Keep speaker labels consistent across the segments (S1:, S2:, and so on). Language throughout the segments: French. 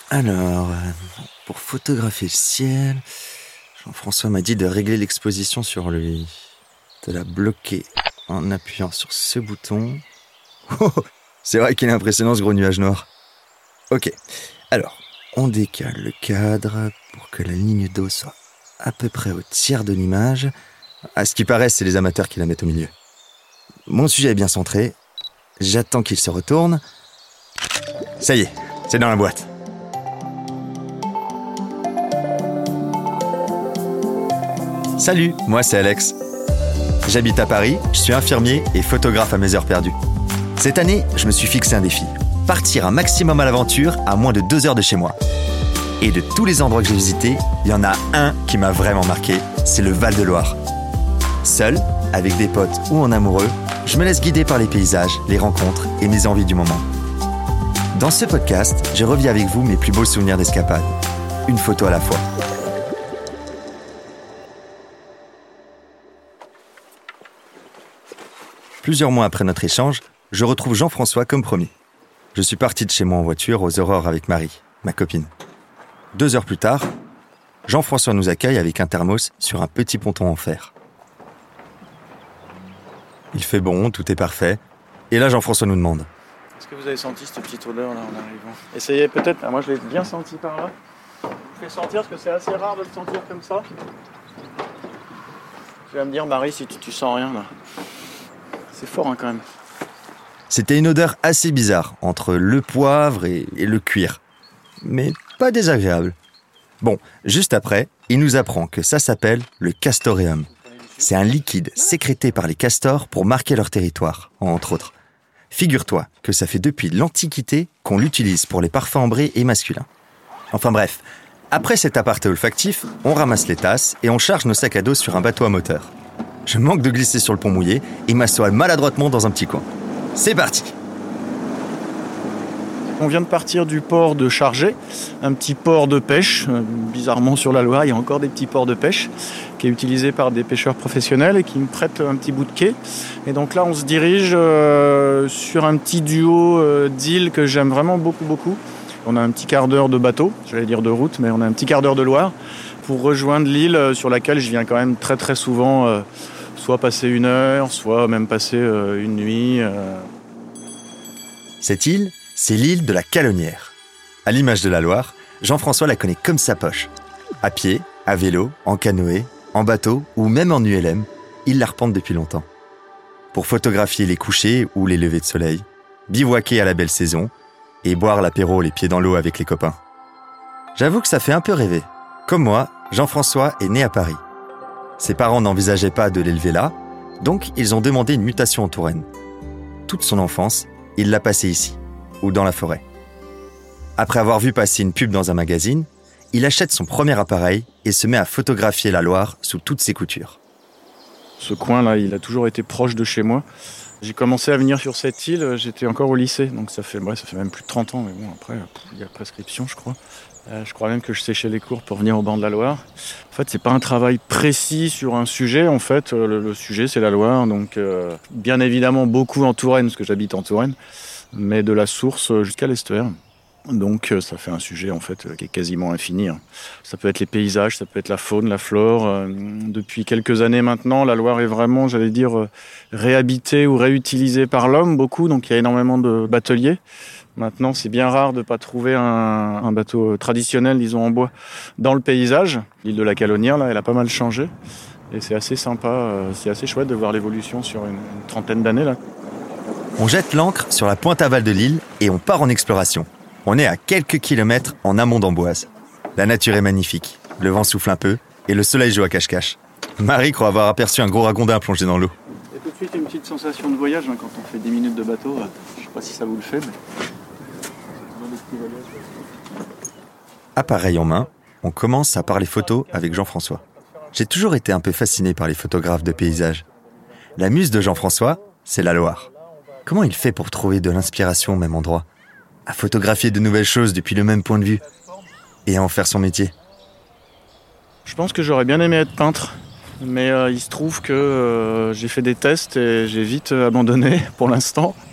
S1: Alors, pour photographier le ciel, Jean-François m'a dit de régler l'exposition sur lui, de la bloquer en appuyant sur ce bouton. Oh, c'est vrai qu'il est impressionnant ce gros nuage noir. Ok, alors, on décale le cadre pour que la ligne d'eau soit à peu près au tiers de l'image. À ce qui paraît, c'est les amateurs qui la mettent au milieu. Mon sujet est bien centré. J'attends qu'il se retourne. Ça y est, c'est dans la boîte. Salut, moi c'est Alex. J'habite à Paris, je suis infirmier et photographe à mes heures perdues. Cette année, je me suis fixé un défi. Partir un maximum à l'aventure à moins de 2 heures de chez moi. Et de tous les endroits que j'ai visités, il y en a un qui m'a vraiment marqué, c'est le Val-de-Loire. Seul, avec des potes ou en amoureux, je me laisse guider par les paysages, les rencontres et mes envies du moment. Dans ce podcast, je revis avec vous mes plus beaux souvenirs d'escapade. Une photo à la fois. Plusieurs mois après notre échange, je retrouve Jean-François comme promis. Je suis parti de chez moi en voiture aux aurores avec Marie, ma copine. 2 heures plus tard, Jean-François nous accueille avec un thermos sur un petit ponton en fer. Il fait bon, tout est parfait. Et là, Jean-François nous demande.
S2: Est-ce que vous avez senti cette petite odeur là en arrivant ? Essayez peut-être, moi je l'ai bien senti par là. Je vais sentir parce que c'est assez rare de le sentir comme ça. Tu vas me dire Marie si tu sens rien là. C'est fort hein, quand même.
S1: C'était une odeur assez bizarre, entre le poivre et le cuir. Mais pas désagréable. Bon, juste après, il nous apprend que ça s'appelle le castoreum. C'est un liquide sécrété par les castors pour marquer leur territoire, entre autres. Figure-toi que ça fait depuis l'Antiquité qu'on l'utilise pour les parfums ambrés et masculins. Enfin bref, après cet aparté olfactif, on ramasse les tasses et on charge nos sacs à dos sur un bateau à moteur. Je manque de glisser sur le pont mouillé et m'assois maladroitement dans un petit coin. C'est parti!
S2: On vient de partir du port de Chargé, un petit port de pêche. Bizarrement sur la Loire, il y a encore des petits ports de pêche qui est utilisé par des pêcheurs professionnels et qui me prêtent un petit bout de quai. Et donc là, on se dirige sur un petit duo d'îles que j'aime vraiment beaucoup. On a un petit quart d'heure de bateau, j'allais dire de route, mais on a un petit quart d'heure de Loire pour rejoindre l'île sur laquelle je viens quand même très souvent, soit passer 1 heure, soit même passer une nuit.
S1: Cette île, c'est l'île de la Calonnière. À l'image de la Loire, Jean-François la connaît comme sa poche. À pied, à vélo, en canoë, en bateau ou même en ULM, il l'arpente depuis longtemps. Pour photographier les couchers ou les levées de soleil, bivouaquer à la belle saison et boire l'apéro les pieds dans l'eau avec les copains. J'avoue que ça fait un peu rêver. Comme moi, Jean-François est né à Paris. Ses parents n'envisageaient pas de l'élever là, donc ils ont demandé une mutation en Touraine. Toute son enfance, il l'a passée ici, ou dans la forêt. Après avoir vu passer une pub dans un magazine, il achète son premier appareil et se met à photographier la Loire sous toutes ses coutures.
S2: Ce coin-là, il a toujours été proche de chez moi. J'ai commencé à venir sur cette île, j'étais encore au lycée, donc ça fait même plus de 30 ans, mais bon, après, il y a prescription, je crois. Je crois même que je séchais les cours pour venir au banc de la Loire. En fait, c'est pas un travail précis sur un sujet. En fait, le sujet, c'est la Loire. Donc, bien évidemment, beaucoup en Touraine, parce que j'habite en Touraine, mais de la source jusqu'à l'estuaire. Donc, ça fait un sujet, en fait, qui est quasiment infini. Ça peut être les paysages, ça peut être la faune, la flore. Depuis quelques années maintenant, la Loire est vraiment, j'allais dire, réhabitée ou réutilisée par l'homme, beaucoup. Donc, il y a énormément de bateliers. Maintenant, c'est bien rare de ne pas trouver un bateau traditionnel, disons en bois, dans le paysage. L'île de la Calonnière, là, elle a pas mal changé. Et c'est assez sympa, c'est assez chouette de voir l'évolution sur une trentaine d'années. Là.
S1: On jette l'ancre sur la pointe aval de l'île et on part en exploration. On est à quelques kilomètres en amont d'Amboise. La nature est magnifique, le vent souffle un peu et le soleil joue à cache-cache. Marie croit avoir aperçu un gros ragondin plongé dans l'eau.
S2: Il y a tout de suite une petite sensation de voyage quand on fait 10 minutes de bateau. Je ne sais pas si ça vous le fait, mais...
S1: Appareil en main, on commence à parler photo avec Jean-François. J'ai toujours été un peu fasciné par les photographes de paysages. La muse de Jean-François, c'est la Loire. Comment il fait pour trouver de l'inspiration au même endroit ? À photographier de nouvelles choses depuis le même point de vue et à en faire son métier.
S2: Je pense que j'aurais bien aimé être peintre, mais il se trouve que j'ai fait des tests et j'ai vite abandonné pour l'instant.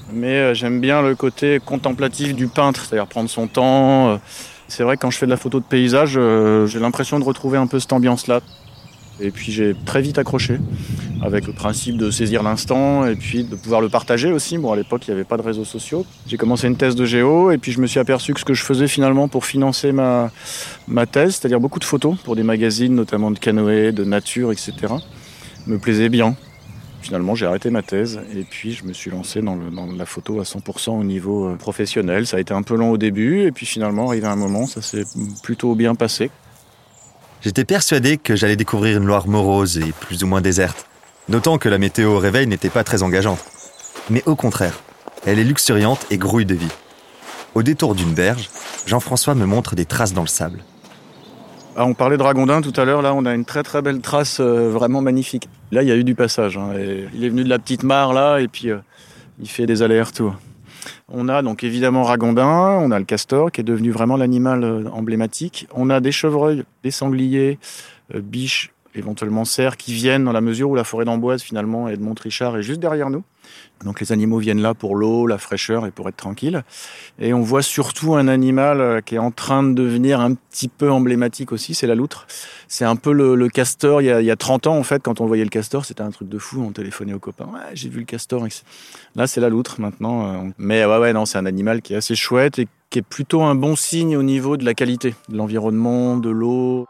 S2: Mais j'aime bien le côté contemplatif du peintre, c'est-à-dire prendre son temps. C'est vrai que quand je fais de la photo de paysage, j'ai l'impression de retrouver un peu cette ambiance-là. Et puis j'ai très vite accroché avec le principe de saisir l'instant et puis de pouvoir le partager aussi. Bon, à l'époque, il n'y avait pas de réseaux sociaux. J'ai commencé une thèse de géo et puis je me suis aperçu que ce que je faisais finalement pour financer ma thèse, c'est-à-dire beaucoup de photos pour des magazines, notamment de canoë, de nature, etc., me plaisait bien. Finalement, j'ai arrêté ma thèse et puis je me suis lancé dans la photo à 100% au niveau professionnel. Ça a été un peu long au début et puis finalement, arrivé à un moment, ça s'est plutôt bien passé.
S1: J'étais persuadé que j'allais découvrir une Loire morose et plus ou moins déserte. D'autant que la météo au réveil n'était pas très engageante. Mais au contraire, elle est luxuriante et grouille de vie. Au détour d'une berge, Jean-François me montre des traces dans le sable.
S2: Ah, on parlait de Ragondin tout à l'heure, là on a une très très belle trace vraiment magnifique. Là il y a eu du passage, hein, et il est venu de la petite mare là et puis il fait des allers-retours. On a donc évidemment Ragondin, on a le castor qui est devenu vraiment l'animal emblématique. On a des chevreuils, des sangliers, biches, éventuellement cerfs qui viennent dans la mesure où la forêt d'Amboise finalement et de Montrichard est juste derrière nous. Donc les animaux viennent là pour l'eau, la fraîcheur et pour être tranquilles. Et on voit surtout un animal qui est en train de devenir un petit peu emblématique aussi, c'est la loutre. C'est un peu le castor. Il y a 30 ans, en fait, quand on voyait le castor, c'était un truc de fou. On téléphonait aux copains. Ouais, j'ai vu le castor. Là, c'est la loutre maintenant. Mais non, c'est un animal qui est assez chouette et qui est plutôt un bon signe au niveau de la qualité, de l'environnement, de l'eau.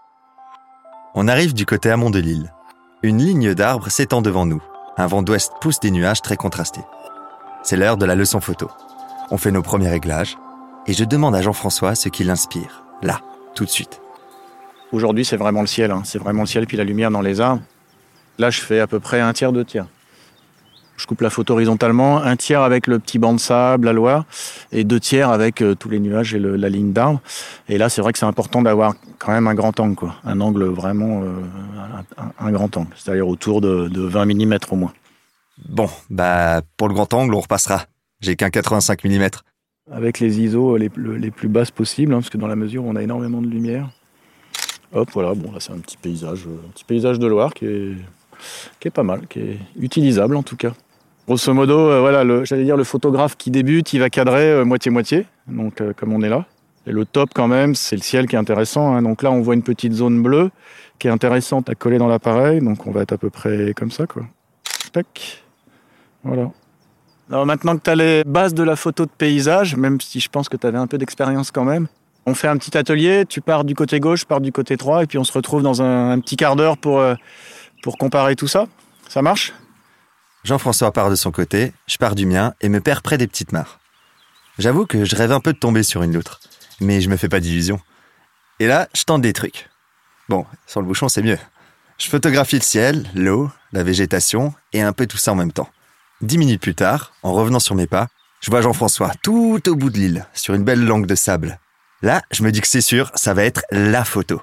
S1: On arrive du côté amont de l'île. Une ligne d'arbres s'étend devant nous. Un vent d'ouest pousse des nuages très contrastés. C'est l'heure de la leçon photo. On fait nos premiers réglages et je demande à Jean-François ce qui l'inspire, là, tout de suite.
S2: Aujourd'hui, c'est vraiment le ciel. C'est vraiment le ciel puis la lumière dans les arbres. Là, je fais à peu près 1/3, 2/3. Je coupe la photo horizontalement, 1/3 avec le petit banc de sable, la Loire, et 2/3 avec tous les nuages et la ligne d'arbres. Et là, c'est vrai que c'est important d'avoir quand même un grand angle, quoi. Un angle vraiment, un grand angle, c'est-à-dire autour de 20 mm au moins.
S1: Bon, pour le grand angle, on repassera. J'ai qu'un 85 mm.
S2: Avec les ISO les plus basses possibles, parce que dans la mesure où on a énormément de lumière. Hop, voilà, bon, là c'est un petit paysage de Loire qui est pas mal, qui est utilisable en tout cas. Grosso modo, le photographe qui débute, il va cadrer moitié-moitié, donc comme on est là. Et le top quand même, c'est le ciel qui est intéressant, hein. Donc là, on voit une petite zone bleue qui est intéressante à coller dans l'appareil, donc on va être à peu près comme ça, quoi. Tac, voilà. Alors maintenant que tu as les bases de la photo de paysage, même si je pense que tu avais un peu d'expérience quand même, on fait un petit atelier, tu pars du côté gauche, je pars du côté droit, et puis on se retrouve dans un petit quart d'heure pour comparer tout ça. Ça marche ?
S1: Jean-François part de son côté, je pars du mien et me perds près des petites mares. J'avoue que je rêve un peu de tomber sur une loutre, mais je me fais pas d'illusions. Et là, je tente des trucs. Bon, sans le bouchon, c'est mieux. Je photographie le ciel, l'eau, la végétation et un peu tout ça en même temps. 10 minutes plus tard, en revenant sur mes pas, je vois Jean-François tout au bout de l'île, sur une belle langue de sable. Là, je me dis que c'est sûr, ça va être la photo.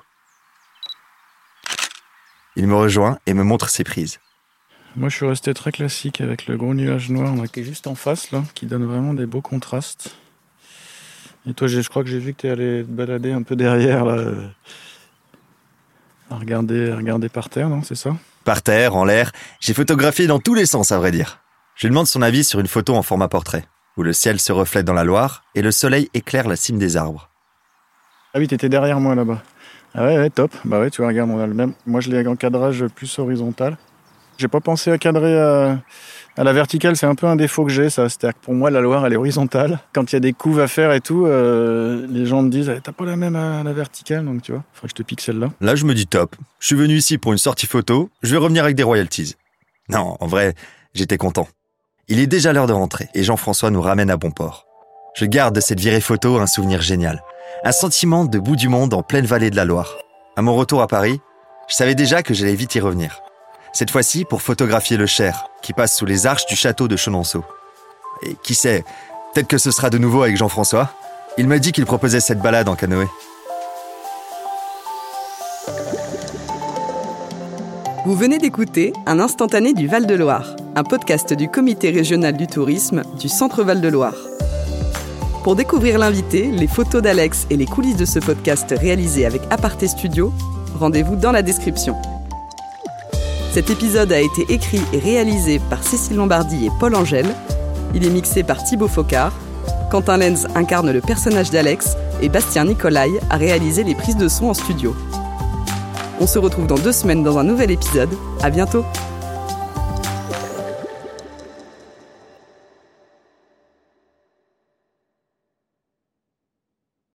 S1: Il me rejoint et me montre ses prises.
S2: Moi, je suis resté très classique avec le gros nuage noir qui est juste en face, là, qui donne vraiment des beaux contrastes. Et toi, je crois que j'ai vu que tu es allé te balader un peu derrière, là, à regarder par terre, non, c'est ça ?
S1: Par terre, en l'air, j'ai photographié dans tous les sens, à vrai dire. Je lui demande son avis sur une photo en format portrait, où le ciel se reflète dans la Loire et le soleil éclaire la cime des arbres.
S2: Ah oui, t'étais derrière moi, là-bas. Ah ouais, top. Bah ouais, tu vois, regarde, on a le même. Moi, je l'ai en cadrage plus horizontal. J'ai pas pensé à cadrer à la verticale, c'est un peu un défaut que j'ai, ça. C'est-à-dire que pour moi, la Loire, elle est horizontale. Quand il y a des couves à faire et tout, les gens me disent « T'as pas la même à la verticale ?» Donc tu vois, faudrait que je te pique celle-là.
S1: Là, je me dis top. Je suis venu ici pour une sortie photo, je vais revenir avec des royalties. Non, en vrai, j'étais content. Il est déjà l'heure de rentrer et Jean-François nous ramène à bon port. Je garde de cette virée photo un souvenir génial. Un sentiment de bout du monde en pleine vallée de la Loire. À mon retour à Paris, je savais déjà que j'allais vite y revenir. Cette fois-ci pour photographier le Cher, qui passe sous les arches du château de Chenonceau. Et qui sait, peut-être que ce sera de nouveau avec Jean-François. Il m'a dit qu'il proposait cette balade en canoë.
S3: Vous venez d'écouter Un instantané du Val-de-Loire, un podcast du Comité régional du tourisme du Centre Val-de-Loire. Pour découvrir l'invité, les photos d'Alex et les coulisses de ce podcast réalisé avec Aparté Studio, rendez-vous dans la description. Cet épisode a été écrit et réalisé par Cécile Lombardi et Paul Angèle. Il est mixé par Thibaut Focard. Quentin Lenz incarne le personnage d'Alex et Bastien Nicolai a réalisé les prises de son en studio. On se retrouve dans 2 semaines dans un nouvel épisode. À bientôt!